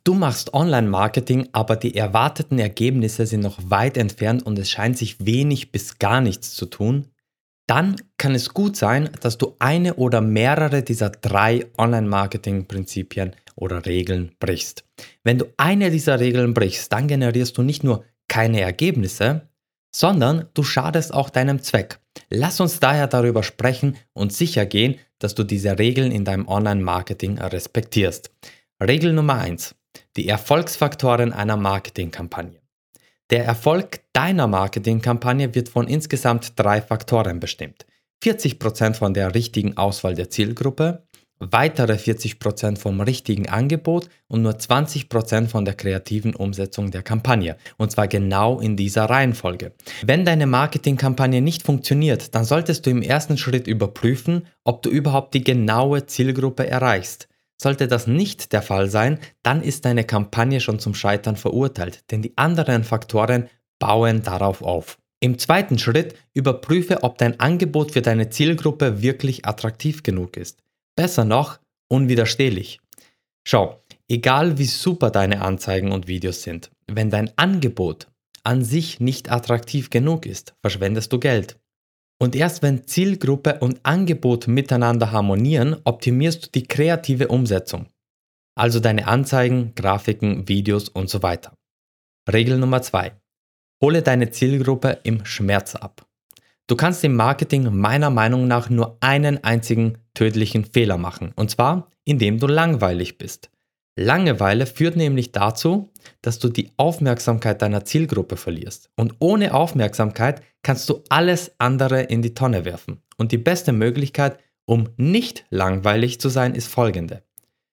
Du machst Online-Marketing, aber die erwarteten Ergebnisse sind noch weit entfernt und es scheint sich wenig bis gar nichts zu tun. Dann kann es gut sein, dass du eine oder mehrere dieser 3 Online-Marketing-Prinzipien oder Regeln brichst. Wenn du eine dieser Regeln brichst, dann generierst du nicht nur keine Ergebnisse, sondern du schadest auch deinem Zweck. Lass uns daher darüber sprechen und sicher gehen, dass du diese Regeln in deinem Online-Marketing respektierst. Regel Nummer 1: Die Erfolgsfaktoren einer Marketingkampagne. Der Erfolg deiner Marketingkampagne wird von insgesamt 3 Faktoren bestimmt. 40% von der richtigen Auswahl der Zielgruppe, weitere 40% vom richtigen Angebot und nur 20% von der kreativen Umsetzung der Kampagne. Und zwar genau in dieser Reihenfolge. Wenn deine Marketingkampagne nicht funktioniert, dann solltest du im ersten Schritt überprüfen, ob du überhaupt die genaue Zielgruppe erreichst. Sollte das nicht der Fall sein, dann ist deine Kampagne schon zum Scheitern verurteilt, denn die anderen Faktoren bauen darauf auf. Im zweiten Schritt überprüfe, ob dein Angebot für deine Zielgruppe wirklich attraktiv genug ist. Besser noch, unwiderstehlich. Schau, egal wie super deine Anzeigen und Videos sind, wenn dein Angebot an sich nicht attraktiv genug ist, verschwendest du Geld. Und erst wenn Zielgruppe und Angebot miteinander harmonieren, optimierst du die kreative Umsetzung. Also deine Anzeigen, Grafiken, Videos und so weiter. Regel Nummer 2: Hole deine Zielgruppe im Schmerz ab. Du kannst im Marketing meiner Meinung nach nur einen einzigen tödlichen Fehler machen. Und zwar, indem du langweilig bist. Langeweile führt nämlich dazu, dass du die Aufmerksamkeit deiner Zielgruppe verlierst. Und ohne Aufmerksamkeit kannst du alles andere in die Tonne werfen. Und die beste Möglichkeit, um nicht langweilig zu sein, ist folgende: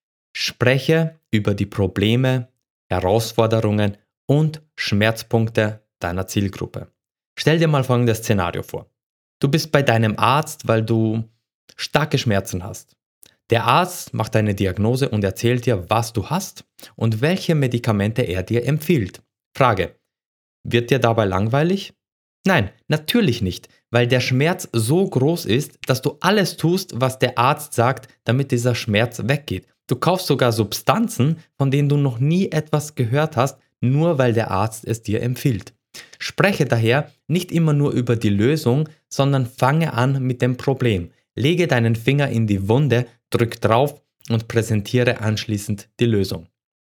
Spreche über die Probleme, Herausforderungen und Schmerzpunkte deiner Zielgruppe. Stell dir mal folgendes Szenario vor. Du bist bei deinem Arzt, weil du starke Schmerzen hast. Der Arzt macht eine Diagnose und erzählt dir, was du hast und welche Medikamente er dir empfiehlt. Frage: Wird dir dabei langweilig? Nein, natürlich nicht, weil der Schmerz so groß ist, dass du alles tust, was der Arzt sagt, damit dieser Schmerz weggeht. Du kaufst sogar Substanzen, von denen du noch nie etwas gehört hast, nur weil der Arzt es dir empfiehlt. Spreche daher nicht immer nur über die Lösung, sondern fange an mit dem Problem. Lege deinen Finger in die Wunde, drück drauf und präsentiere anschließend die Lösung.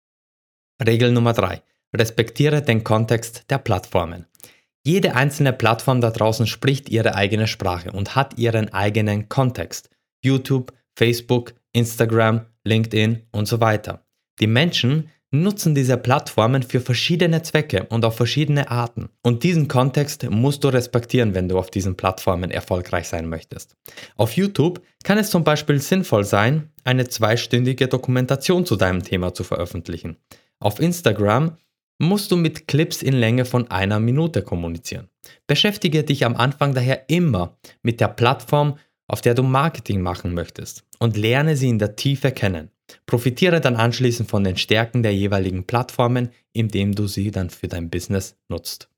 Regel Nummer 3: Respektiere den Kontext der Plattformen. Jede einzelne Plattform da draußen spricht ihre eigene Sprache und hat ihren eigenen Kontext. YouTube, Facebook, Instagram, LinkedIn und so weiter. Die Menschen nutzen diese Plattformen für verschiedene Zwecke und auf verschiedene Arten. Und diesen Kontext musst du respektieren, wenn du auf diesen Plattformen erfolgreich sein möchtest. Auf YouTube kann es zum Beispiel sinnvoll sein, eine 2-stündige Dokumentation zu deinem Thema zu veröffentlichen. Auf Instagram musst du mit Clips in Länge von 1 Minute kommunizieren. Beschäftige dich am Anfang daher immer mit der Plattform, auf der du Marketing machen möchtest, und lerne sie in der Tiefe kennen. Profitiere dann anschließend von den Stärken der jeweiligen Plattformen, indem du sie dann für dein Business nutzt.